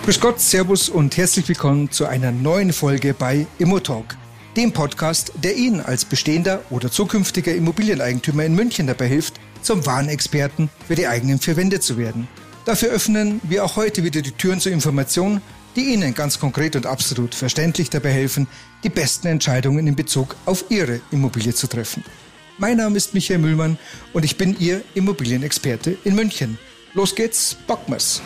Grüß Gott, Servus und herzlich willkommen zu einer neuen Folge bei ImmoTalk, dem Podcast, der Ihnen als bestehender oder zukünftiger Immobilieneigentümer in München dabei hilft, zum wahren Experten für die eigenen vier Wände zu werden. Dafür öffnen wir auch heute wieder die Türen zur Information, die Ihnen ganz konkret und absolut verständlich dabei helfen, die besten Entscheidungen in Bezug auf Ihre Immobilie zu treffen. Mein Name ist Michael Mühlmann und ich bin Ihr Immobilienexperte in München. Los geht's, bocken wir's!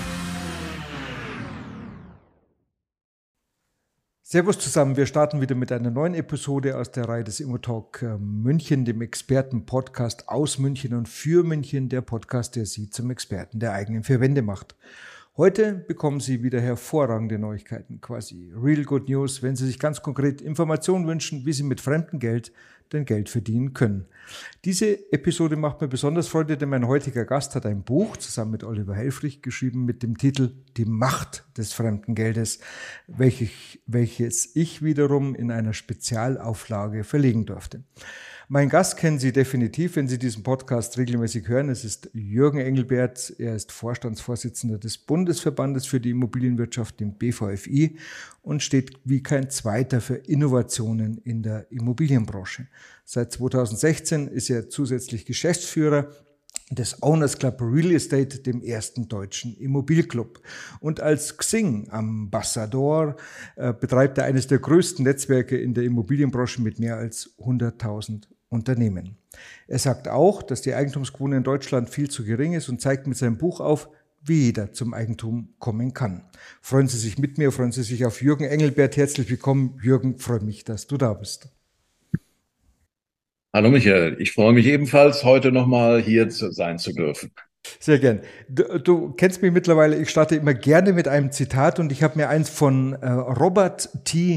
Servus zusammen, wir starten wieder mit einer neuen Episode aus der Reihe des ImmoTalk München, dem Experten-Podcast aus München und für München, der Podcast, der Sie zum Experten der eigenen vier Wände macht. Heute bekommen Sie wieder hervorragende Neuigkeiten, quasi Real Good News, wenn Sie sich ganz konkret Informationen wünschen, wie Sie mit fremdem Geld denn Geld verdienen können. Diese Episode macht mir besonders Freude, denn mein heutiger Gast hat ein Buch zusammen mit Oliver Helfrich geschrieben mit dem Titel Die Macht des fremden Geldes, welches ich wiederum in einer Spezialauflage verlegen durfte. Mein Gast kennen Sie definitiv, wenn Sie diesen Podcast regelmäßig hören. Es ist Jürgen Engelbert. Er ist Vorstandsvorsitzender des Bundesverbandes für die Immobilienwirtschaft, dem BVFI, und steht wie kein zweiter für Innovationen in der Immobilienbranche. Seit 2016 ist er zusätzlich Geschäftsführer des Owners Club Real Estate, dem ersten deutschen Immobilclub. Und als Xing-Ambassador betreibt er eines der größten Netzwerke in der Immobilienbranche mit mehr als 100.000 Unternehmen. Er sagt auch, dass die Eigentumsquote in Deutschland viel zu gering ist und zeigt mit seinem Buch auf, wie jeder zum Eigentum kommen kann. Freuen Sie sich mit mir, freuen Sie sich auf Jürgen Engelbert. Herzlich willkommen. Jürgen, freue mich, dass du da bist. Hallo Michael, ich freue mich ebenfalls, heute nochmal hier sein zu dürfen. Sehr gern. Du kennst mich mittlerweile, ich starte immer gerne mit einem Zitat und ich habe mir eins von Robert T.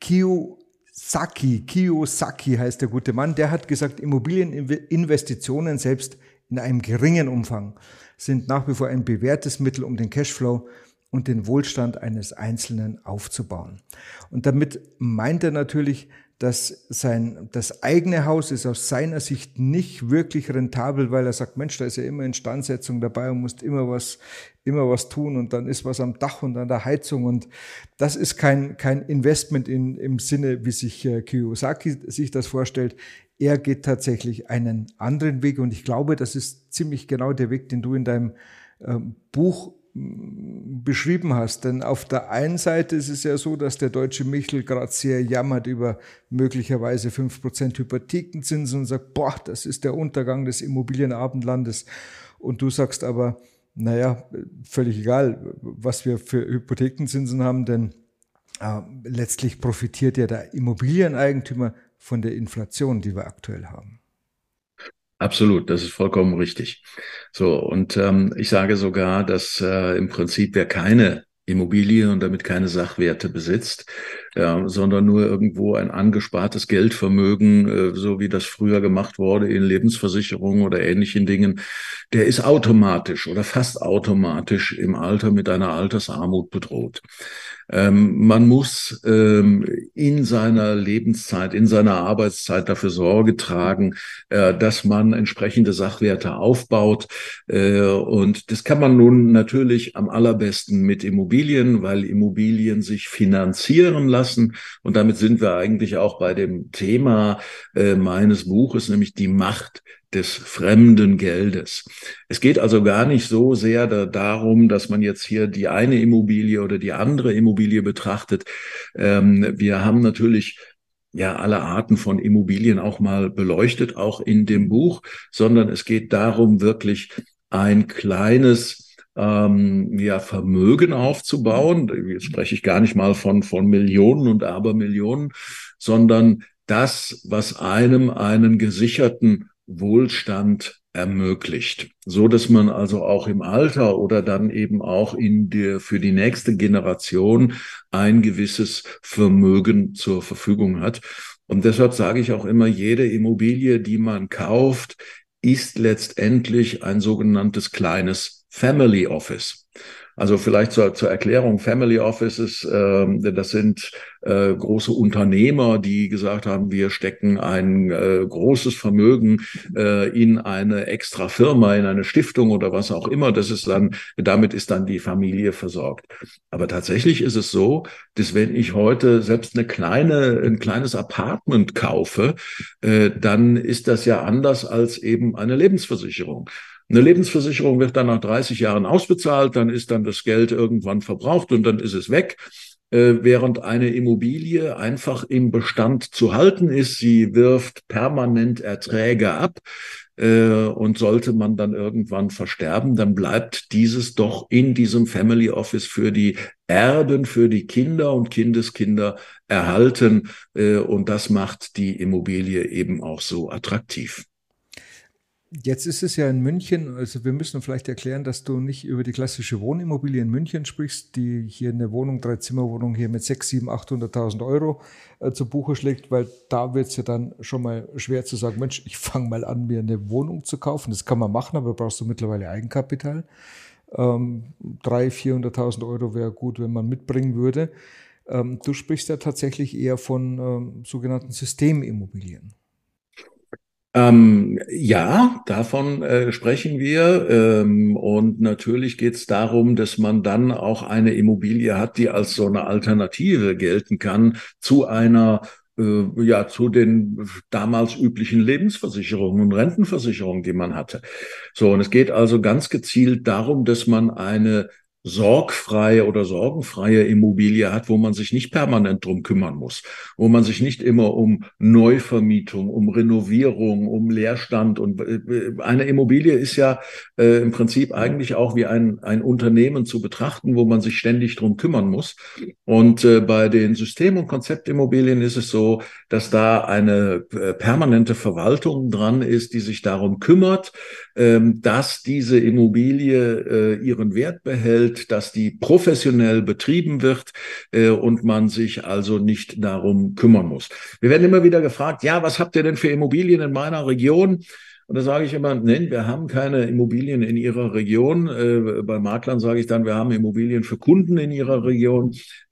Kiyosaki heißt der gute Mann, der hat gesagt, Immobilieninvestitionen selbst in einem geringen Umfang sind nach wie vor ein bewährtes Mittel, um den Cashflow und den Wohlstand eines Einzelnen aufzubauen. Und damit meint er natürlich, dass das eigene Haus ist aus seiner Sicht nicht wirklich rentabel, weil er sagt, Mensch, da ist ja immer Instandsetzung dabei und musst immer was tun und dann ist was am Dach und an der Heizung und das ist kein Investment im Sinne, wie sich Kiyosaki sich das vorstellt. Er geht tatsächlich einen anderen Weg und ich glaube, das ist ziemlich genau der Weg, den du in deinem Buch beschrieben hast. Denn auf der einen Seite ist es ja so, dass der deutsche Michel gerade sehr jammert über möglicherweise 5% Hypothekenzinsen und sagt, boah, das ist der Untergang des Immobilienabendlandes. Und du sagst aber, naja, völlig egal, was wir für Hypothekenzinsen haben, denn letztlich profitiert ja der Immobilieneigentümer von der Inflation, die wir aktuell haben. Absolut, das ist vollkommen richtig. So, und ich sage sogar, dass im Prinzip wer keine Immobilie und damit keine Sachwerte besitzt, sondern nur irgendwo ein angespartes Geldvermögen, so wie das früher gemacht wurde in Lebensversicherungen oder ähnlichen Dingen, der ist automatisch oder fast automatisch im Alter mit einer Altersarmut bedroht. Man muss in seiner Lebenszeit, in seiner Arbeitszeit dafür Sorge tragen, dass man entsprechende Sachwerte aufbaut. Und das kann man nun natürlich am allerbesten mit Immobilien, weil Immobilien sich finanzieren lassen. Und damit sind wir eigentlich auch bei dem Thema meines Buches, nämlich die Macht des fremden Geldes. Es geht also gar nicht so sehr darum, dass man jetzt hier die eine Immobilie oder die andere Immobilie betrachtet. Wir haben natürlich ja alle Arten von Immobilien auch mal beleuchtet, auch in dem Buch, sondern es geht darum, wirklich ein kleines Vermögen aufzubauen. Jetzt spreche ich gar nicht mal von Millionen und Abermillionen, sondern das, was einem einen gesicherten Wohlstand ermöglicht, so dass man also auch im Alter oder dann eben auch für die nächste Generation ein gewisses Vermögen zur Verfügung hat. Und deshalb sage ich auch immer, jede Immobilie, die man kauft, ist letztendlich ein sogenanntes kleines Family Office. Also vielleicht zur Erklärung, Family Offices, das sind große Unternehmer, die gesagt haben, wir stecken ein großes Vermögen in eine extra Firma, in eine Stiftung oder was auch immer. Damit ist dann die Familie versorgt. Aber tatsächlich ist es so, dass wenn ich heute selbst ein kleines Apartment kaufe, dann ist das ja anders als eben eine Lebensversicherung. Eine Lebensversicherung wird dann nach 30 Jahren ausbezahlt, dann ist dann das Geld irgendwann verbraucht und dann ist es weg. Während eine Immobilie einfach im Bestand zu halten ist, sie wirft permanent Erträge ab. Und sollte man dann irgendwann versterben, dann bleibt dieses doch in diesem Family Office für die Erben, für die Kinder und Kindeskinder erhalten. Und das macht die Immobilie eben auch so attraktiv. Jetzt ist es ja in München, also wir müssen vielleicht erklären, dass du nicht über die klassische Wohnimmobilie in München sprichst, die hier eine Wohnung, Dreizimmerwohnung hier mit 6, 7, 800.000 Euro zu Buche schlägt, weil da wird es ja dann schon mal schwer zu sagen, Mensch, ich fange mal an, mir eine Wohnung zu kaufen. Das kann man machen, aber brauchst du mittlerweile Eigenkapital. 300.000, 400.000 Euro wäre gut, wenn man mitbringen würde. Du sprichst ja tatsächlich eher von sogenannten Systemimmobilien. Ja, davon sprechen wir. Und natürlich geht es darum, dass man dann auch eine Immobilie hat, die als so eine Alternative gelten kann zu ja, zu den damals üblichen Lebensversicherungen und Rentenversicherungen, die man hatte. So, und es geht also ganz gezielt darum, dass man eine sorgfreie oder sorgenfreie Immobilie hat, wo man sich nicht permanent drum kümmern muss, wo man sich nicht immer um Neuvermietung, um Renovierung, um Leerstand und eine Immobilie ist ja im Prinzip eigentlich auch wie ein Unternehmen zu betrachten, wo man sich ständig drum kümmern muss. Und bei den System- und Konzeptimmobilien ist es so, dass da eine permanente Verwaltung dran ist, die sich darum kümmert, dass diese Immobilie ihren Wert behält, dass die professionell betrieben wird und man sich also nicht darum kümmern muss. Wir werden immer wieder gefragt, ja, was habt ihr denn für Immobilien in meiner Region? Und da sage ich immer, nein, wir haben keine Immobilien in Ihrer Region. Bei Maklern sage ich dann, wir haben Immobilien für Kunden in Ihrer Region,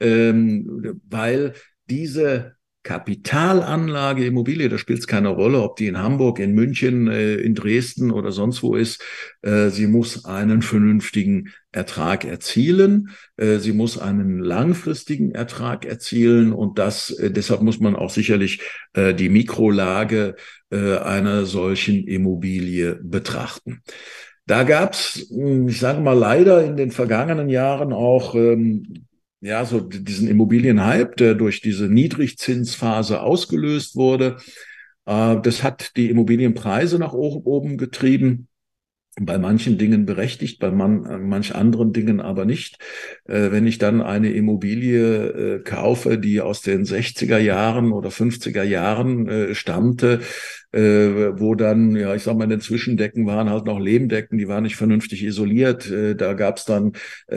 weil diese Kapitalanlage Immobilie, da spielt es keine Rolle, ob die in Hamburg, in München, in Dresden oder sonst wo ist. Sie muss einen vernünftigen Ertrag erzielen. Sie muss einen langfristigen Ertrag erzielen und deshalb muss man auch sicherlich die Mikrolage einer solchen Immobilie betrachten. Da gab es, ich sage mal, leider in den vergangenen Jahren auch ja, so diesen Immobilienhype, der durch diese Niedrigzinsphase ausgelöst wurde. Das hat die Immobilienpreise nach oben getrieben. Bei manchen Dingen berechtigt, bei manch anderen Dingen aber nicht. Wenn ich dann eine Immobilie kaufe, die aus den 60er Jahren oder 50er Jahren stammte, wo dann, ja, ich sag mal, in den Zwischendecken waren halt noch Lehmdecken, die waren nicht vernünftig isoliert. Da gab es dann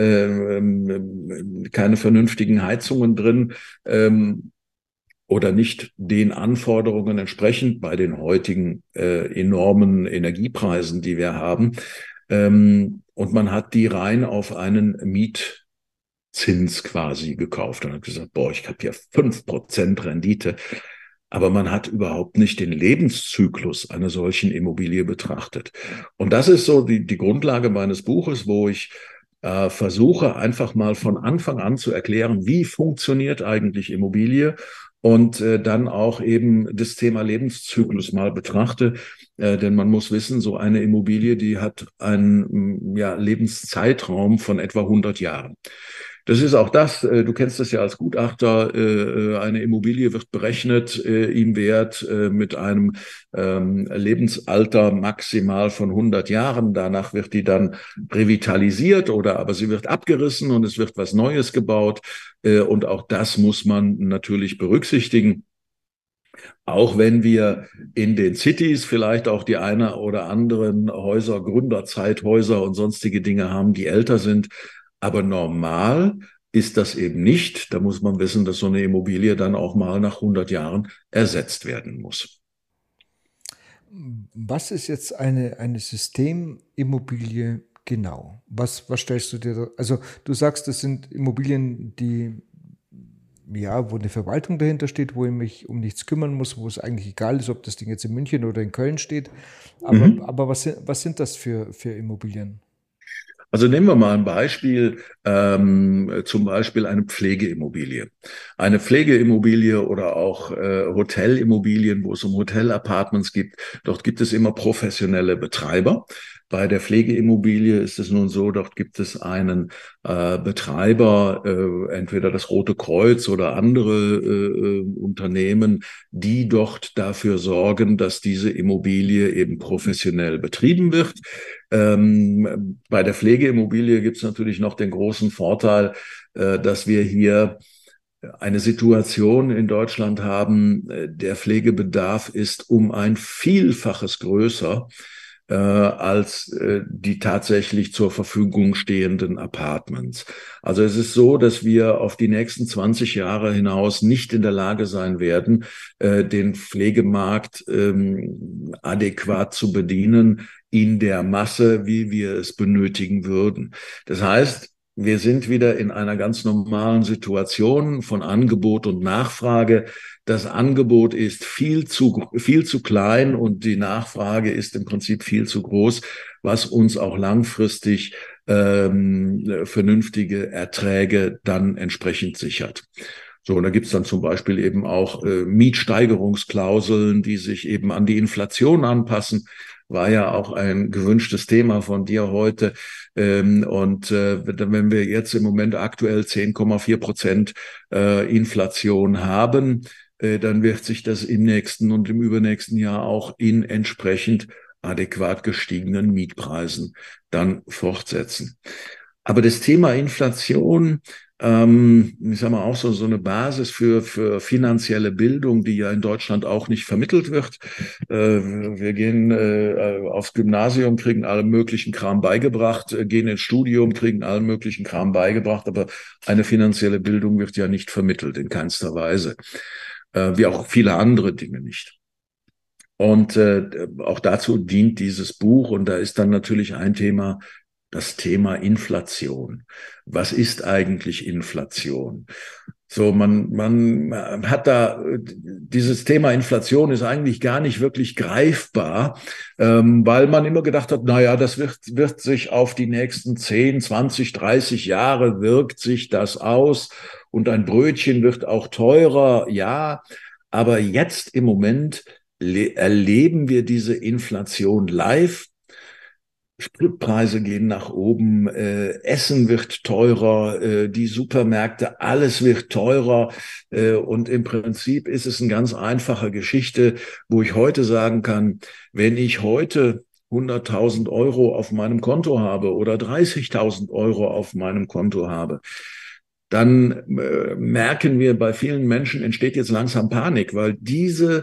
keine vernünftigen Heizungen drin. Oder nicht den Anforderungen entsprechend bei den heutigen enormen Energiepreisen, die wir haben. Und man hat die rein auf einen Mietzins quasi gekauft und hat gesagt, boah, ich habe hier 5% Rendite. Aber man hat überhaupt nicht den Lebenszyklus einer solchen Immobilie betrachtet. Und das ist so die Grundlage meines Buches, wo ich versuche einfach mal von Anfang an zu erklären, wie funktioniert eigentlich Immobilie und dann auch eben das Thema Lebenszyklus mal betrachte. Denn man muss wissen, so eine Immobilie, die hat einen ja, Lebenszeitraum von etwa 100 Jahren. Das ist auch das, du kennst das ja als Gutachter, eine Immobilie wird berechnet im Wert mit einem Lebensalter maximal von 100 Jahren. Danach wird die dann revitalisiert oder aber sie wird abgerissen und es wird was Neues gebaut. Und auch das muss man natürlich berücksichtigen. Auch wenn wir in den Cities vielleicht auch die eine oder anderen Häuser, Gründerzeithäuser und sonstige Dinge haben, die älter sind. Aber normal ist das eben nicht. Da muss man wissen, dass so eine Immobilie dann auch mal nach 100 Jahren ersetzt werden muss. Was ist jetzt eine Systemimmobilie, Genau. Was stellst du dir da? Also du sagst, das sind Immobilien, die ja, wo eine Verwaltung dahinter steht, wo ich mich um nichts kümmern muss, wo es eigentlich egal ist, ob das Ding jetzt in München oder in Köln steht. Aber was sind das für Immobilien? Also nehmen wir mal ein Beispiel, zum Beispiel eine Pflegeimmobilie. Eine Pflegeimmobilie oder auch Hotelimmobilien, wo es um Hotelapartments gibt. Dort gibt es immer professionelle Betreiber. Bei der Pflegeimmobilie ist es nun so, dort gibt es einen Betreiber, entweder das Rote Kreuz oder andere Unternehmen, die dort dafür sorgen, dass diese Immobilie eben professionell betrieben wird. Bei der Pflegeimmobilie gibt es natürlich noch den großen Vorteil, dass wir hier eine Situation in Deutschland haben, der Pflegebedarf ist um ein Vielfaches größer als die tatsächlich zur Verfügung stehenden Apartments. Also es ist so, dass wir auf die nächsten 20 Jahre hinaus nicht in der Lage sein werden, den Pflegemarkt adäquat zu bedienen in der Masse, wie wir es benötigen würden. Das heißt, wir sind wieder in einer ganz normalen Situation von Angebot und Nachfrage. Das Angebot ist viel zu klein und die Nachfrage ist im Prinzip viel zu groß, was uns auch langfristig vernünftige Erträge dann entsprechend sichert. So, und da gibt's dann zum Beispiel eben auch Mietsteigerungsklauseln, die sich eben an die Inflation anpassen. War ja auch ein gewünschtes Thema von dir heute. Wenn wir jetzt im Moment aktuell 10,4% Inflation haben, dann wird sich das im nächsten und im übernächsten Jahr auch in entsprechend adäquat gestiegenen Mietpreisen dann fortsetzen. Aber das Thema Inflation, ich sage mal auch so eine Basis für finanzielle Bildung, die ja in Deutschland auch nicht vermittelt wird. Wir gehen aufs Gymnasium, kriegen allen möglichen Kram beigebracht, gehen ins Studium, kriegen allen möglichen Kram beigebracht, aber eine finanzielle Bildung wird ja nicht vermittelt, in keinster Weise. Wie auch viele andere Dinge nicht. Und auch dazu dient dieses Buch. Und da ist dann natürlich ein Thema, das Thema Inflation. Was ist eigentlich Inflation? So, man hat da, dieses Thema Inflation ist eigentlich gar nicht wirklich greifbar, weil man immer gedacht hat, na ja, das wird sich auf die nächsten 10, 20, 30 Jahre wirkt sich das aus und ein Brötchen wird auch teurer, ja. Aber jetzt im Moment erleben wir diese Inflation live. Spritpreise gehen nach oben, Essen wird teurer, die Supermärkte, alles wird teurer. Und im Prinzip ist es eine ganz einfache Geschichte, wo ich heute sagen kann, wenn ich heute 100.000 Euro auf meinem Konto habe oder 30.000 Euro auf meinem Konto habe, dann merken wir, bei vielen Menschen entsteht jetzt langsam Panik, weil diese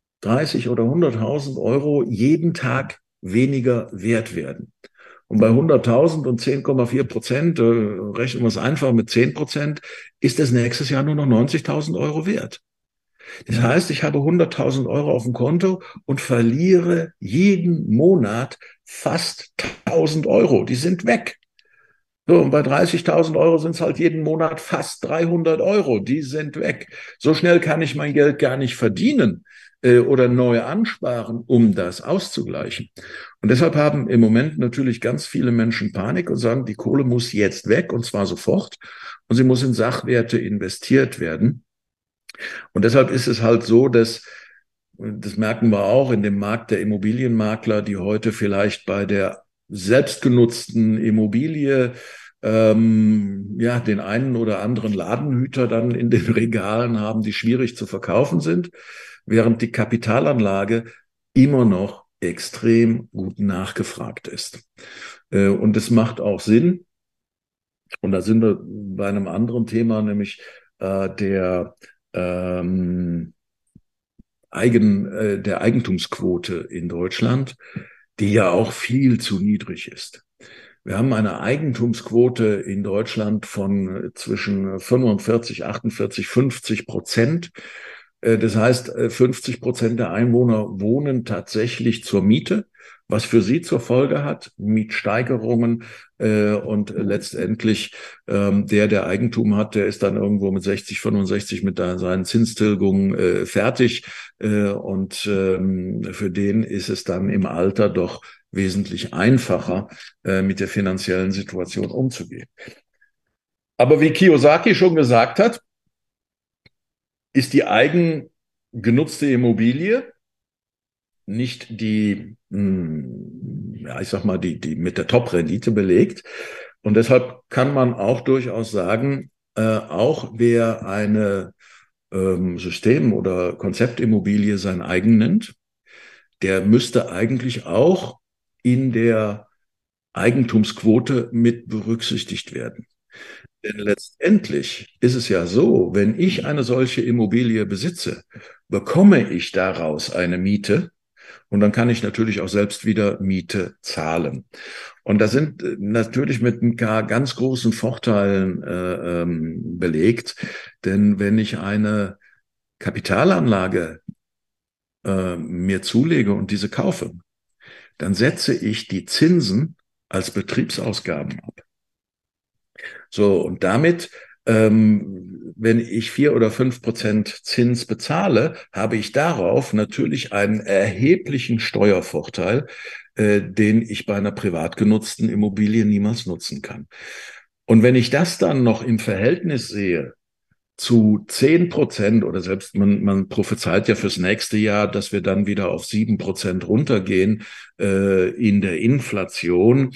30 oder 100.000 Euro jeden Tag weniger wert werden. Und bei 100.000 und 10,4%, rechnen wir es einfach mit 10%, ist es nächstes Jahr nur noch 90.000 Euro wert. Das heißt, ich habe 100.000 Euro auf dem Konto und verliere jeden Monat fast 1.000 Euro. Die sind weg. So, und bei 30.000 Euro sind es halt jeden Monat fast 300 Euro. Die sind weg. So schnell kann ich mein Geld gar nicht verdienen oder neu ansparen, um das auszugleichen. Und deshalb haben im Moment natürlich ganz viele Menschen Panik und sagen, die Kohle muss jetzt weg und zwar sofort. Und sie muss in Sachwerte investiert werden. Und deshalb ist es halt so, dass, das merken wir auch in dem Markt der Immobilienmakler, die heute vielleicht bei der selbstgenutzten Immobilie ja, den einen oder anderen Ladenhüter dann in den Regalen haben, die schwierig zu verkaufen sind, während die Kapitalanlage immer noch extrem gut nachgefragt ist. Und es macht auch Sinn. Und da sind wir bei einem anderen Thema, nämlich der der Eigentumsquote in Deutschland, die ja auch viel zu niedrig ist. Wir haben eine Eigentumsquote in Deutschland von zwischen 45, 48, 50%. Das heißt, 50% der Einwohner wohnen tatsächlich zur Miete was für sie zur Folge hat, Mietsteigerungen und letztendlich der Eigentum hat, der ist dann irgendwo mit 60, 65 mit seinen Zinstilgungen fertig für den ist es dann im Alter doch wesentlich einfacher, mit der finanziellen Situation umzugehen. Aber wie Kiyosaki schon gesagt hat, ist die eigengenutzte Immobilie nicht die, ja, ich sag mal, die mit der Top-Rendite belegt. Und deshalb kann man auch durchaus sagen, auch wer eine System- oder Konzeptimmobilie sein eigen nennt, der müsste eigentlich auch in der Eigentumsquote mit berücksichtigt werden. Denn letztendlich ist es ja so, wenn ich eine solche Immobilie besitze, bekomme ich daraus eine Miete und dann kann ich natürlich auch selbst wieder Miete zahlen. Und das sind natürlich mit ein paar ganz großen Vorteilen belegt, denn wenn ich eine Kapitalanlage mir zulege und diese kaufe, dann setze ich die Zinsen als Betriebsausgaben ab. So, und damit, wenn ich 4 oder 5% Zins bezahle, habe ich darauf natürlich einen erheblichen Steuervorteil, den ich bei einer privat genutzten Immobilie niemals nutzen kann. Und wenn ich das dann noch im Verhältnis sehe zu 10% oder selbst man prophezeit ja fürs nächste Jahr, dass wir dann wieder auf 7% runtergehen in der Inflation,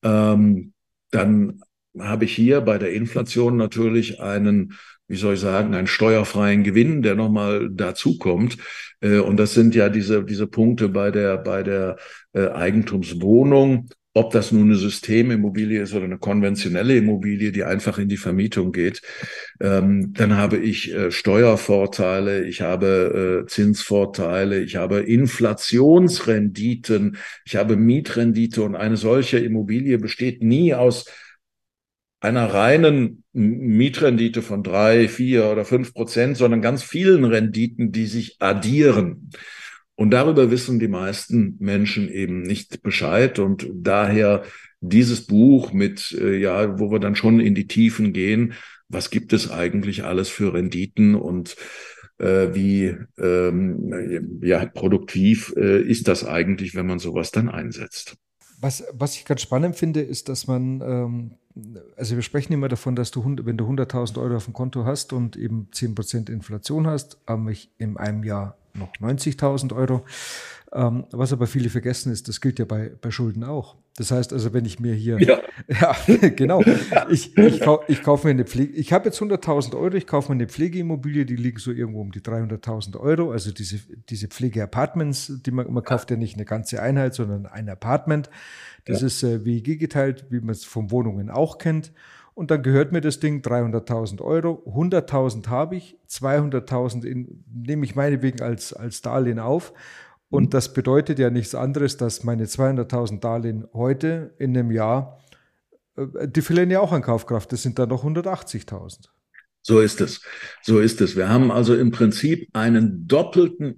dann habe ich hier bei der Inflation natürlich einen, wie soll ich sagen, einen steuerfreien Gewinn, der nochmal dazukommt. Und das sind ja diese Punkte bei der Eigentumswohnung. Ob das nun eine Systemimmobilie ist oder eine konventionelle Immobilie, die einfach in die Vermietung geht, dann habe ich Steuervorteile, ich habe Zinsvorteile, ich habe Inflationsrenditen, ich habe Mietrendite und eine solche Immobilie besteht nie aus einer reinen Mietrendite von 3, 4 oder 5%, sondern ganz vielen Renditen, die sich addieren. Und darüber wissen die meisten Menschen eben nicht Bescheid. Und daher dieses Buch mit, ja, wo wir dann schon in die Tiefen gehen, was gibt es eigentlich alles für Renditen und wie ja, produktiv ist das eigentlich, wenn man sowas dann einsetzt? Was ich ganz spannend finde, ist, dass man, also wir sprechen immer davon, dass wenn du 100.000 Euro auf dem Konto hast und eben 10% Inflation hast, habe ich in einem Jahr noch 90.000 Euro. Was aber viele vergessen ist, das gilt ja bei Schulden auch. Das heißt also, wenn ich mir hier, Ja. ja, genau, ich kaufe mir eine Pflege, ich habe jetzt 100.000 Euro, ich kaufe mir eine Pflegeimmobilie, die liegen so irgendwo um die 300.000 Euro, also diese Pflegeapartments, man kauft ja nicht eine ganze Einheit, sondern ein Apartment. Das ist WEG geteilt, wie man es von Wohnungen auch kennt. Und dann gehört mir das Ding 300.000 Euro, 100.000 habe ich, 200.000 nehme ich meinetwegen als Darlehen auf. Und das bedeutet ja nichts anderes, dass meine 200.000 Darlehen heute in einem Jahr, die verlieren ja auch an Kaufkraft, das sind dann noch 180.000. So ist es. So ist es. Wir haben also im Prinzip eine doppelte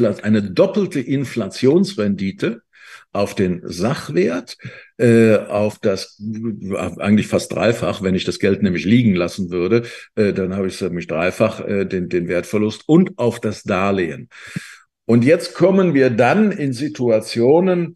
Inflationsrendite auf den Sachwert, auf das eigentlich fast dreifach, wenn ich das Geld nämlich liegen lassen würde, dann habe ich nämlich dreifach den Wertverlust und auf das Darlehen. Und jetzt kommen wir dann in Situationen,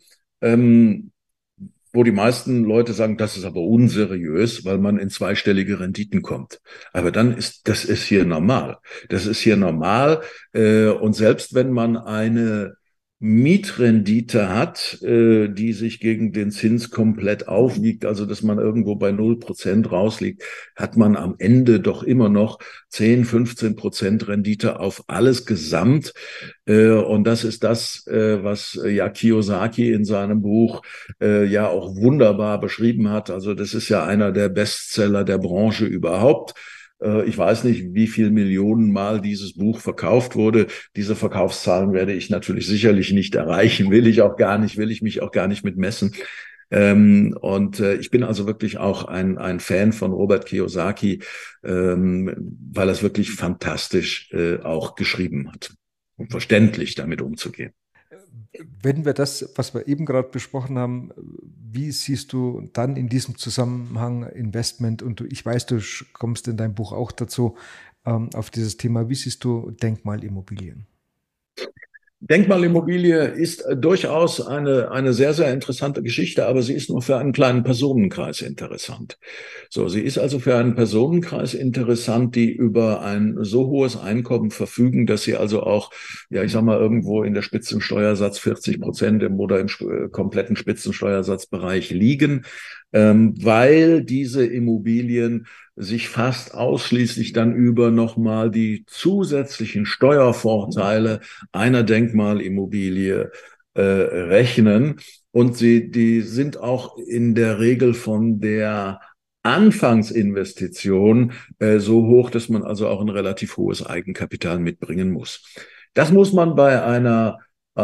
wo die meisten Leute sagen, das ist aber unseriös, weil man in zweistellige Renditen kommt. Aber das ist hier normal. Das ist hier normal. Und selbst wenn man eine Mietrendite hat, die sich gegen den Zins komplett aufwiegt, also dass man irgendwo bei 0% rausliegt, hat man am Ende doch immer noch 10, 15% Rendite auf alles gesamt. Und das ist das, was ja Kiyosaki in seinem Buch ja auch wunderbar beschrieben hat. Also das ist ja einer der Bestseller der Branche überhaupt. Ich weiß nicht, wie viel Millionen Mal dieses Buch verkauft wurde. Diese Verkaufszahlen werde ich natürlich sicherlich nicht erreichen, will ich mich auch gar nicht mit messen. Ich bin also wirklich auch ein Fan von Robert Kiyosaki, weil er es wirklich fantastisch auch geschrieben hat und verständlich damit umzugehen. wenn wir das, was wir eben gerade besprochen haben, wie siehst du dann in diesem Zusammenhang Investment? Und ich weiß, du kommst in deinem Buch auch dazu, auf dieses Thema. Wie siehst du Denkmalimmobilien? Denkmalimmobilie ist durchaus eine sehr, sehr interessante Geschichte, aber sie ist nur für einen kleinen Personenkreis interessant. So, sie ist also für einen Personenkreis interessant, die über ein so hohes Einkommen verfügen, dass sie also auch, ja, ich sag mal, irgendwo in der Spitzensteuersatz 40% oder im kompletten Spitzensteuersatzbereich liegen, weil diese Immobilien sich fast ausschließlich dann über nochmal die zusätzlichen Steuervorteile einer Denkmalimmobilie rechnen. Und die sind auch in der Regel von der Anfangsinvestition so hoch, dass man also auch ein relativ hohes Eigenkapital mitbringen muss. Das muss man bei einer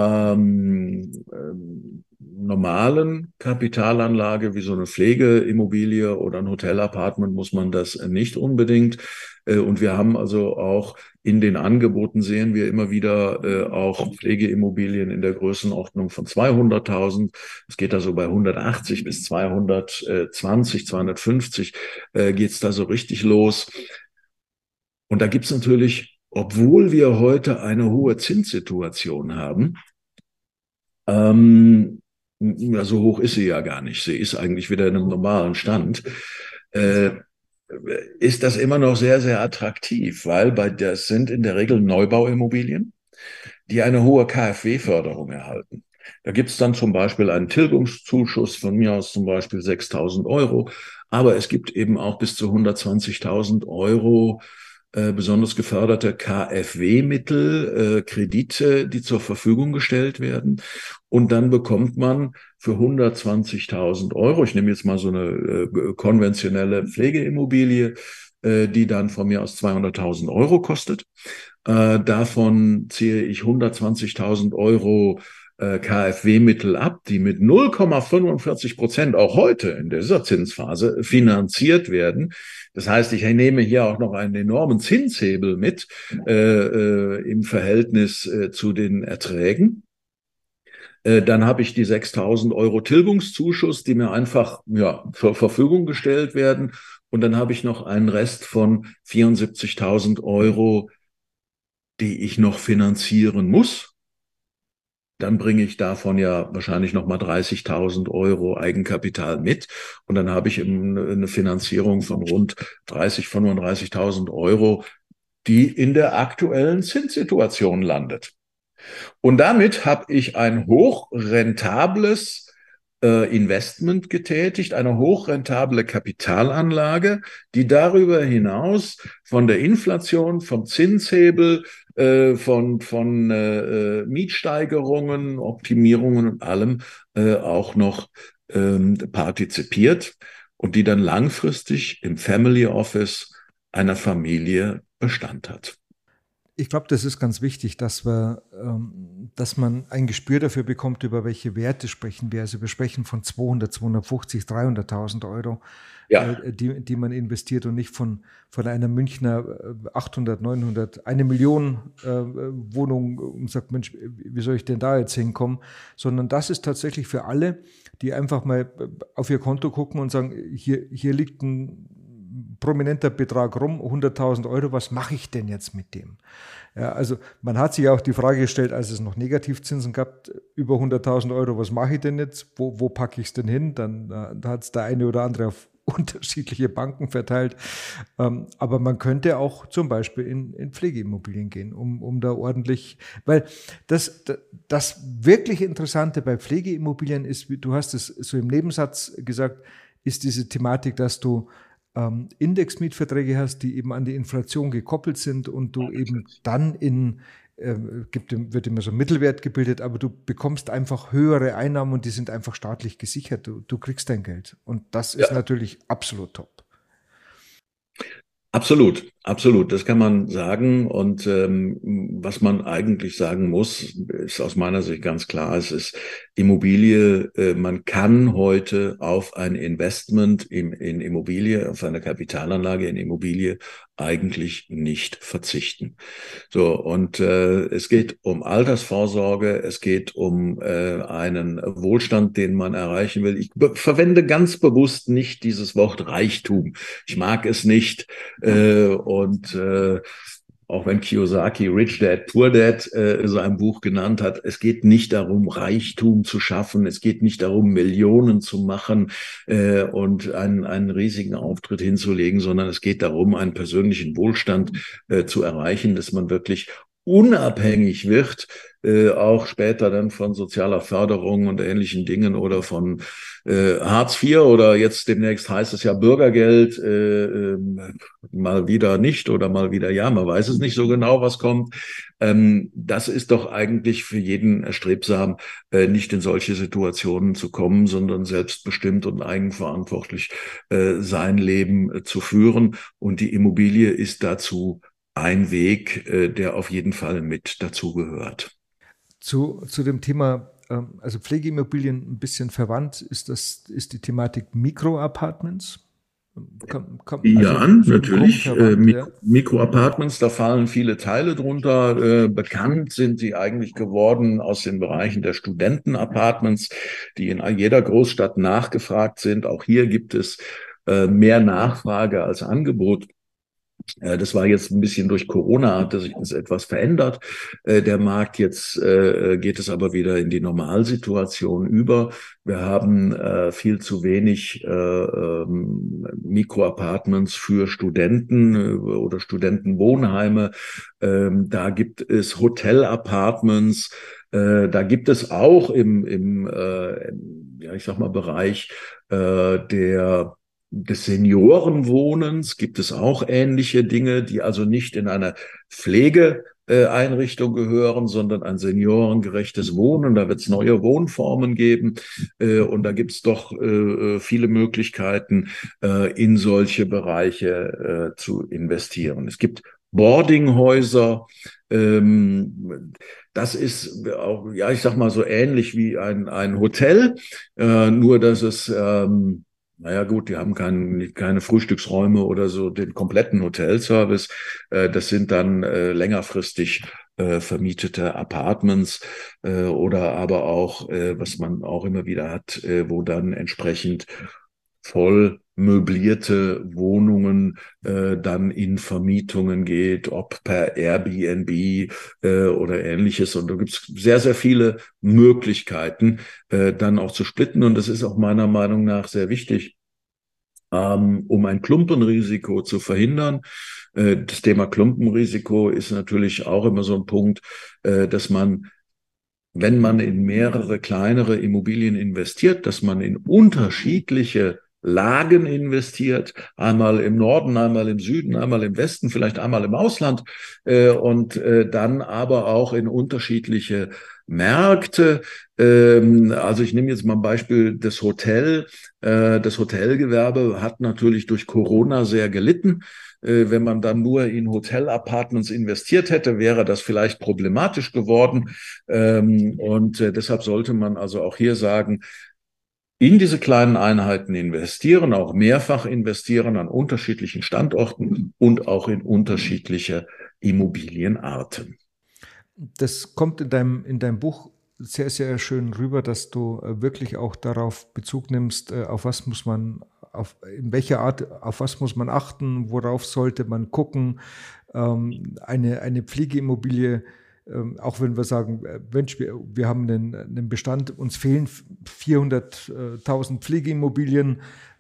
normalen Kapitalanlage wie so eine Pflegeimmobilie oder ein Hotelapartment muss man das nicht unbedingt. Und wir haben also auch in den Angeboten sehen wir immer wieder auch Pflegeimmobilien in der Größenordnung von 200.000. Es geht also bei 180 bis 220, 250 geht es da so richtig los. Und da gibt es natürlich, obwohl wir heute eine hohe Zinssituation haben, ja, so hoch ist sie ja gar nicht. Sie ist eigentlich wieder in einem normalen Stand. Äh, Ist das immer noch sehr, sehr attraktiv, weil das sind in der Regel Neubauimmobilien, die eine hohe KfW-Förderung erhalten. Da gibt es dann zum Beispiel einen Tilgungszuschuss von mir aus zum Beispiel 6.000 Euro, aber es gibt eben auch bis zu 120.000 Euro besonders geförderte KfW-Mittel, Kredite, die zur Verfügung gestellt werden. Und dann bekommt man für 120.000 Euro, ich nehme jetzt mal so eine konventionelle Pflegeimmobilie, die dann von mir aus 200.000 Euro kostet. Davon ziehe ich 120.000 Euro KfW-Mittel ab, die mit 0,45% auch heute in dieser Zinsphase finanziert werden. Das heißt, ich nehme hier auch noch einen enormen Zinshebel mit im Verhältnis zu den Erträgen. Dann habe ich die 6.000 Euro Tilgungszuschuss, die mir einfach ja, zur Verfügung gestellt werden. Und dann habe ich noch einen Rest von 74.000 Euro, die ich noch finanzieren muss. Dann bringe ich davon ja wahrscheinlich nochmal 30.000 Euro Eigenkapital mit. Und dann habe ich eine Finanzierung von rund 30.000, 35.000 Euro, die in der aktuellen Zinssituation landet. Und damit habe ich ein hochrentables Investment getätigt, eine hochrentable Kapitalanlage, die darüber hinaus von der Inflation, vom Zinshebel, von Mietsteigerungen, Optimierungen und allem auch noch partizipiert und die dann langfristig im Family Office einer Familie Bestand hat. Ich glaube, das ist ganz wichtig, dass man ein Gespür dafür bekommt, über welche Werte sprechen wir. Also wir sprechen von 200, 250, 300.000 Euro, Ja. die man investiert und nicht von einer Münchner 800, 900, 1 Million Wohnung und sagt, Mensch, wie soll ich denn da jetzt hinkommen? Sondern das ist tatsächlich für alle, die einfach mal auf ihr Konto gucken und sagen, hier liegt ein prominenter Betrag rum, 100.000 Euro, was mache ich denn jetzt mit dem? Ja, also man hat sich auch die Frage gestellt, als es noch Negativzinsen gab, über 100.000 Euro, was mache ich denn jetzt? Wo packe ich es denn hin? Dann hat es der eine oder andere auf unterschiedliche Banken verteilt. Aber man könnte auch zum Beispiel in Pflegeimmobilien gehen, um da ordentlich, weil das wirklich Interessante bei Pflegeimmobilien ist, du hast es so im Nebensatz gesagt, ist diese Thematik, dass du Indexmietverträge hast, die eben an die Inflation gekoppelt sind und du eben dann wird immer so ein Mittelwert gebildet, aber du bekommst einfach höhere Einnahmen und die sind einfach staatlich gesichert. Du kriegst dein Geld und das ist natürlich absolut top. Absolut. Absolut, das kann man sagen. Und was man eigentlich sagen muss, ist aus meiner Sicht ganz klar, es ist Immobilie, man kann heute auf ein Investment in Immobilie, auf eine Kapitalanlage in Immobilie eigentlich nicht verzichten. So, und es geht um Altersvorsorge, es geht um einen Wohlstand, den man erreichen will. Ich verwende ganz bewusst nicht dieses Wort Reichtum. Ich mag es nicht. Auch wenn Kiyosaki Rich Dad, Poor Dad so ein Buch genannt hat, es geht nicht darum, Reichtum zu schaffen, es geht nicht darum, Millionen zu machen und einen riesigen Auftritt hinzulegen, sondern es geht darum, einen persönlichen Wohlstand zu erreichen, dass man wirklich unabhängig wird, auch später dann von sozialer Förderung und ähnlichen Dingen oder von Hartz IV oder jetzt demnächst heißt es ja Bürgergeld, mal wieder nicht oder mal wieder ja, man weiß es nicht so genau, was kommt. Das ist doch eigentlich für jeden erstrebsam, nicht in solche Situationen zu kommen, sondern selbstbestimmt und eigenverantwortlich sein Leben zu führen. Und die Immobilie ist dazu ein Weg, der auf jeden Fall mit dazugehört. Zu dem Thema, also Pflegeimmobilien ein bisschen verwandt, ist die Thematik Mikroapartments. Also Ja, so im Groben natürlich. verwandt, ja. Mikroapartments, da fallen viele Teile drunter. Bekannt sind sie eigentlich geworden aus den Bereichen der Studentenapartments, die in jeder Großstadt nachgefragt sind. Auch hier gibt es mehr Nachfrage als Angebot. Das war jetzt ein bisschen durch Corona, hat sich das etwas verändert. Der Markt jetzt geht es aber wieder in die Normalsituation über. Wir haben viel zu wenig Mikroapartments für Studenten oder Studentenwohnheime. Da gibt es Hotelapartments. Da gibt es auch ja, ich sag mal, Bereich des Seniorenwohnens gibt es auch ähnliche Dinge, die also nicht in eine Pflegeeinrichtung gehören, sondern ein seniorengerechtes Wohnen. Da wird es neue Wohnformen geben und da gibt es doch viele Möglichkeiten, in solche Bereiche zu investieren. Es gibt Boardinghäuser. Das ist auch, ja, ich sag mal so ähnlich wie ein Hotel, nur dass es naja gut, die haben keine Frühstücksräume oder so, den kompletten Hotelservice. Das sind dann längerfristig vermietete Apartments oder aber auch, was man auch immer wieder hat, wo dann entsprechend voll möblierte Wohnungen dann in Vermietungen geht, ob per Airbnb oder ähnliches. Und da gibt es sehr, sehr viele Möglichkeiten, dann auch zu splitten. Und das ist auch meiner Meinung nach sehr wichtig, um ein Klumpenrisiko zu verhindern. Das Thema Klumpenrisiko ist natürlich auch immer so ein Punkt, dass man, wenn man in mehrere kleinere Immobilien investiert, dass man in unterschiedliche Lagen investiert, einmal im Norden, einmal im Süden, einmal im Westen, vielleicht einmal im Ausland und dann aber auch in unterschiedliche Märkte. Also ich nehme jetzt mal ein Beispiel des Hotel. Das Hotelgewerbe hat natürlich durch Corona sehr gelitten. Wenn man dann nur in Hotelapartments investiert hätte, wäre das vielleicht problematisch geworden. Und deshalb sollte man also auch hier sagen, in diese kleinen Einheiten investieren, auch mehrfach investieren an unterschiedlichen Standorten und auch in unterschiedliche Immobilienarten. Das kommt in deinem Buch sehr, sehr schön rüber, dass du wirklich auch darauf Bezug nimmst, auf was muss man, in welcher Art, auf was muss man achten, worauf sollte man gucken. Eine Pflegeimmobilie, auch wenn wir sagen, Mensch, wir haben einen Bestand, uns fehlen 400.000 Pflegeimmobilien,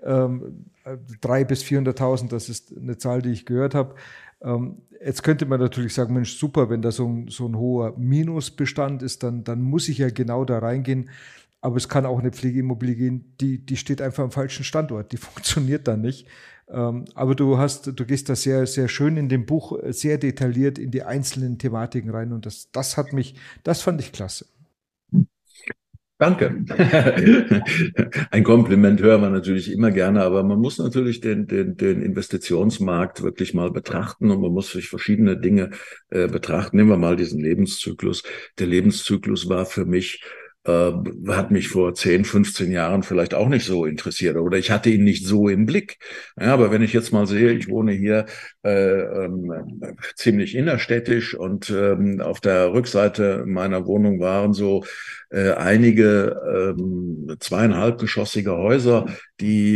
300.000 bis 400.000, das ist eine Zahl, die ich gehört habe. Jetzt könnte man natürlich sagen, Mensch, super, wenn da so ein hoher Minusbestand ist, dann muss ich ja genau da reingehen. Aber es kann auch eine Pflegeimmobilie gehen, die steht einfach am falschen Standort, die funktioniert dann nicht. Aber du gehst da sehr, sehr schön in dem Buch, sehr detailliert in die einzelnen Thematiken rein und das fand ich klasse. Danke. Ein Kompliment hören wir natürlich immer gerne, aber man muss natürlich den Investitionsmarkt wirklich mal betrachten und man muss sich verschiedene Dinge betrachten. Nehmen wir mal diesen Lebenszyklus. Der Lebenszyklus war für mich, hat mich vor 10, 15 Jahren vielleicht auch nicht so interessiert oder ich hatte ihn nicht so im Blick. Ja, aber wenn ich jetzt mal sehe, ich wohne hier ziemlich innerstädtisch und auf der Rückseite meiner Wohnung waren so einige zweieinhalbgeschossige Häuser, die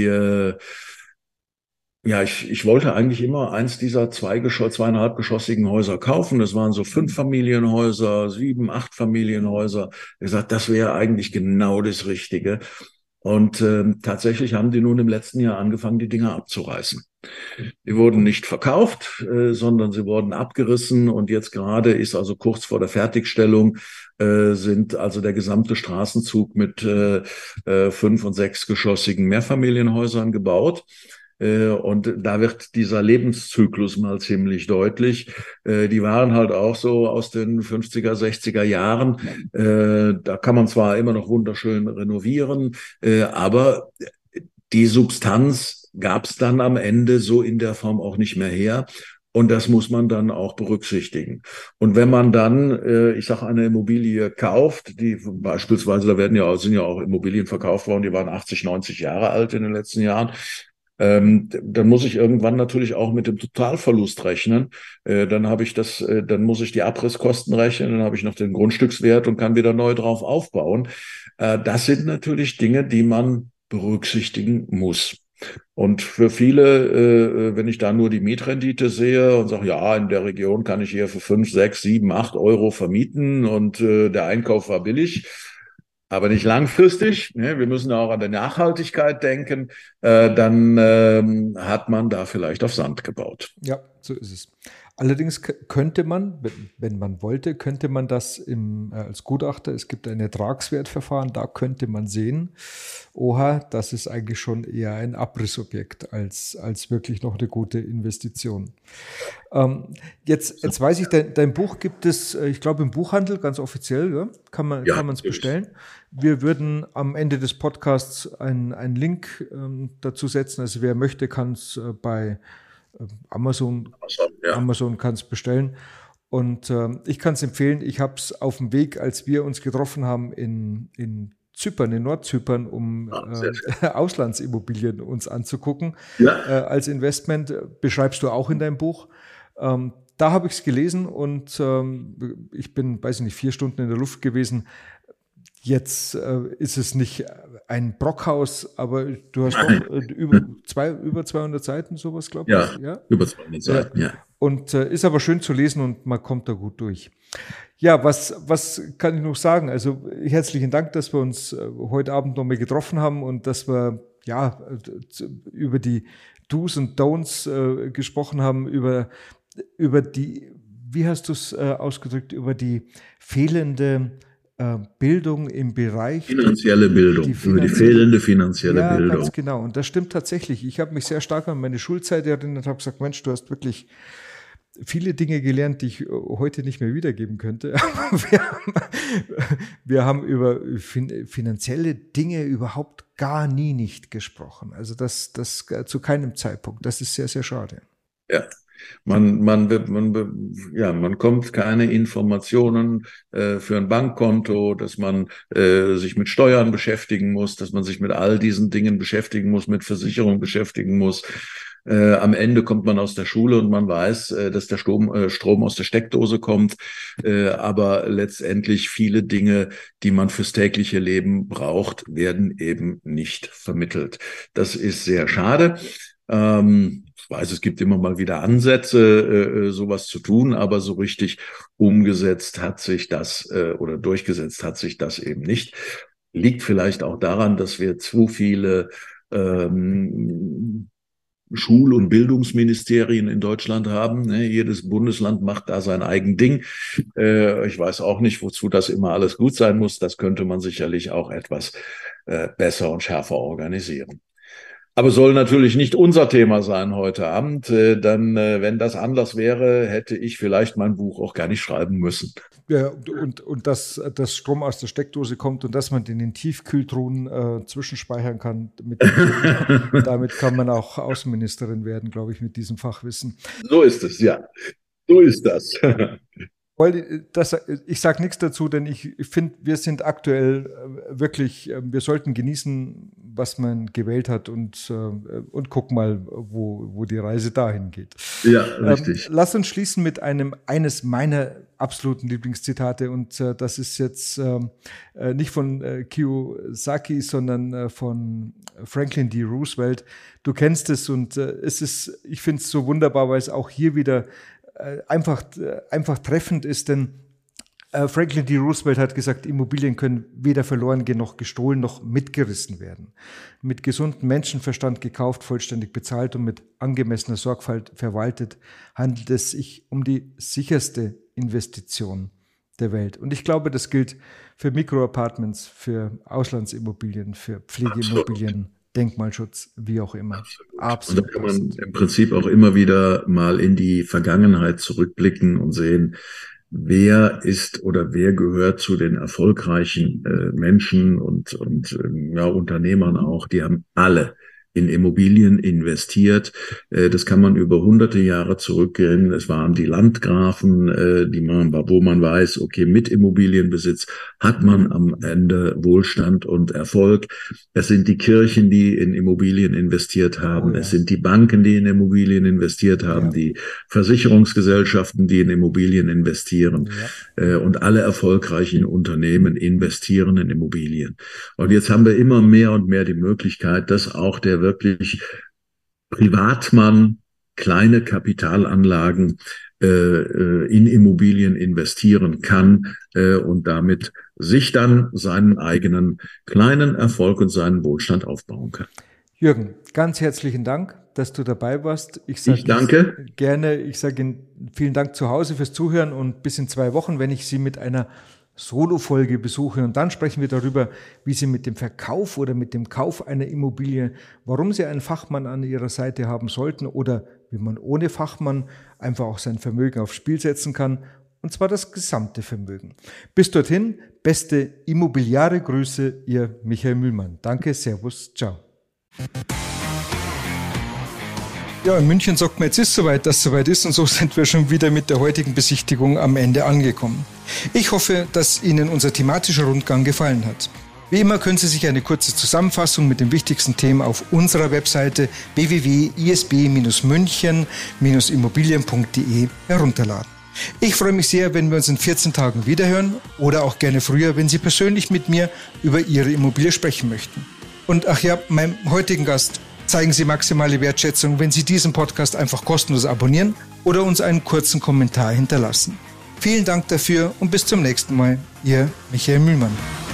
ja, ich wollte eigentlich immer eins dieser zweieinhalbgeschossigen Häuser kaufen. Das waren so 5 Familienhäuser, 7, 8 Familienhäuser. Ich gesagt, das wäre eigentlich genau das Richtige. Und tatsächlich haben die nun im letzten Jahr angefangen, die Dinger abzureißen. Die wurden nicht verkauft, sondern sie wurden abgerissen. Und jetzt gerade ist also kurz vor der Fertigstellung, sind also der gesamte Straßenzug mit 5- und 6-geschossigen Mehrfamilienhäusern gebaut. Und da wird dieser Lebenszyklus mal ziemlich deutlich. Die waren halt auch so aus den 50er, 60er Jahren. Da kann man zwar immer noch wunderschön renovieren, aber die Substanz gab es dann am Ende so in der Form auch nicht mehr her. Und das muss man dann auch berücksichtigen. Und wenn man dann, ich sage, eine Immobilie kauft, die beispielsweise, sind ja auch Immobilien verkauft worden, die waren 80, 90 Jahre alt in den letzten Jahren, dann muss ich irgendwann natürlich auch mit dem Totalverlust rechnen. Dann muss ich die Abrisskosten rechnen, dann habe ich noch den Grundstückswert und kann wieder neu drauf aufbauen. Das sind natürlich Dinge, die man berücksichtigen muss. Und für viele, wenn ich da nur die Mietrendite sehe und sage, ja, in der Region kann ich hier für 5, 6, 7, 8 € vermieten und der Einkauf war billig, aber nicht langfristig, ne? Wir müssen auch an der Nachhaltigkeit denken, dann hat man da vielleicht auf Sand gebaut. Ja, so ist es. Allerdings könnte man, wenn man wollte, könnte man das als Gutachter, es gibt ein Ertragswertverfahren, da könnte man sehen, oha, das ist eigentlich schon eher ein Abrissobjekt als wirklich noch eine gute Investition. Jetzt weiß ich, dein Buch gibt es, ich glaube, im Buchhandel, ganz offiziell, ja? Kann man Ja, es bestellen. Wir würden am Ende des Podcasts einen Link dazu setzen. Also wer möchte, kann es bei Amazon, ja. Kann es bestellen. Und ich kann es empfehlen. Ich habe es auf dem Weg, als wir uns getroffen haben in Zypern, in Nordzypern, um Sehr schön. Auslandsimmobilien uns anzugucken. Ja, Als Investment beschreibst du auch in deinem Buch. Da habe ich es gelesen und ich bin, weiß ich nicht, 4 Stunden in der Luft gewesen. Jetzt ist es nicht ein Brockhaus, aber du hast doch über 200 Seiten, sowas, glaube ich. ja, Ja? über 200 Seiten, ja. Und ist aber schön zu lesen und man kommt da gut durch. Ja, was kann ich noch sagen? Also herzlichen Dank, dass wir uns heute Abend nochmal getroffen haben und dass wir ja über die Do's und Don'ts gesprochen haben, über die, wie hast du es ausgedrückt, über die fehlende Bildung im Bereich Finanzielle Bildung, über die fehlende finanzielle ja, Bildung. ganz genau. Und das stimmt tatsächlich. Ich habe mich sehr stark an meine Schulzeit erinnert und habe gesagt, Mensch, du hast wirklich viele Dinge gelernt, die ich heute nicht mehr wiedergeben könnte. Wir haben über finanzielle Dinge überhaupt gar nie nicht gesprochen. Also das zu keinem Zeitpunkt. Das ist sehr, sehr schade. Ja. Man kommt keine Informationen für ein Bankkonto, dass man sich mit Steuern beschäftigen muss, dass man sich mit all diesen Dingen beschäftigen muss, mit Versicherung beschäftigen muss. Am Ende kommt man aus der Schule und man weiß, dass der Strom aus der Steckdose kommt. Aber letztendlich viele Dinge, die man fürs tägliche Leben braucht, werden eben nicht vermittelt. Das ist sehr schade. Ich weiß, es gibt immer mal wieder Ansätze, sowas zu tun, aber so richtig umgesetzt hat sich das oder durchgesetzt hat sich das eben nicht. Liegt vielleicht auch daran, dass wir zu viele Schul- und Bildungsministerien in Deutschland haben. Ne? Jedes Bundesland macht da sein eigen Ding. Ich weiß auch nicht, wozu das immer alles gut sein muss. Das könnte man sicherlich auch etwas besser und schärfer organisieren. Aber soll natürlich nicht unser Thema sein heute Abend. Wenn das anders wäre, hätte ich vielleicht mein Buch auch gar nicht schreiben müssen. Ja, und dass Strom aus der Steckdose kommt und dass man den in den Tiefkühltruhen zwischenspeichern kann. Damit kann man auch Außenministerin werden, glaube ich, mit diesem Fachwissen. So ist es, ja. So ist das. Ich sage nichts dazu, denn ich finde, wir sind aktuell wirklich, wir sollten genießen, was man gewählt hat und gucken mal, wo die Reise dahin geht. Ja, richtig. Lass uns schließen mit eines meiner absoluten Lieblingszitate und das ist jetzt nicht von Kiyosaki, sondern von Franklin D. Roosevelt. Du kennst es und ich finde es so wunderbar, weil es auch hier wieder einfach treffend ist, denn Franklin D. Roosevelt hat gesagt, Immobilien können weder verloren gehen noch gestohlen noch mitgerissen werden. Mit gesundem Menschenverstand gekauft, vollständig bezahlt und mit angemessener Sorgfalt verwaltet, handelt es sich um die sicherste Investition der Welt. Und ich glaube, das gilt für Mikroapartments, für Auslandsimmobilien, für Pflegeimmobilien, Denkmalschutz, wie auch immer. Absolut. Und da kann man im Prinzip auch immer wieder mal in die Vergangenheit zurückblicken und sehen, wer ist oder wer gehört zu den erfolgreichen Menschen und Unternehmern auch. Die haben alle in Immobilien investiert. Das kann man über hunderte Jahre zurückgehen. Es waren die Landgrafen, wo man weiß, okay, mit Immobilienbesitz hat man am Ende Wohlstand und Erfolg. Es sind die Kirchen, die in Immobilien investiert haben. Oh ja. Es sind die Banken, die in Immobilien investiert haben, ja. Die Versicherungsgesellschaften, die in Immobilien investieren. Ja. Und alle erfolgreichen Unternehmen investieren in Immobilien. Und jetzt haben wir immer mehr und mehr die Möglichkeit, dass auch der wirklich Privatmann kleine Kapitalanlagen in Immobilien investieren kann und damit sich dann seinen eigenen kleinen Erfolg und seinen Wohlstand aufbauen kann. Jürgen, ganz herzlichen Dank, dass du dabei warst. Ich danke. Gerne. Ich sage Ihnen vielen Dank zu Hause fürs Zuhören und bis in 2 Wochen, wenn ich Sie mit einer Solo-Folge besuche und dann sprechen wir darüber, wie Sie mit dem Verkauf oder mit dem Kauf einer Immobilie, warum Sie einen Fachmann an Ihrer Seite haben sollten oder wie man ohne Fachmann einfach auch sein Vermögen aufs Spiel setzen kann, und zwar das gesamte Vermögen. Bis dorthin, beste immobiliare Grüße, Ihr Michael Mühlmann. Danke, Servus, ciao. Ja, in München sagt man, jetzt ist soweit, dass es soweit ist und so sind wir schon wieder mit der heutigen Besichtigung am Ende angekommen. Ich hoffe, dass Ihnen unser thematischer Rundgang gefallen hat. Wie immer können Sie sich eine kurze Zusammenfassung mit den wichtigsten Themen auf unserer Webseite www.isb-münchen-immobilien.de herunterladen. Ich freue mich sehr, wenn wir uns in 14 Tagen wiederhören oder auch gerne früher, wenn Sie persönlich mit mir über Ihre Immobilie sprechen möchten. Und ach ja, meinem heutigen Gast, zeigen Sie maximale Wertschätzung, wenn Sie diesen Podcast einfach kostenlos abonnieren oder uns einen kurzen Kommentar hinterlassen. Vielen Dank dafür und bis zum nächsten Mal. Ihr Michael Mühlmann.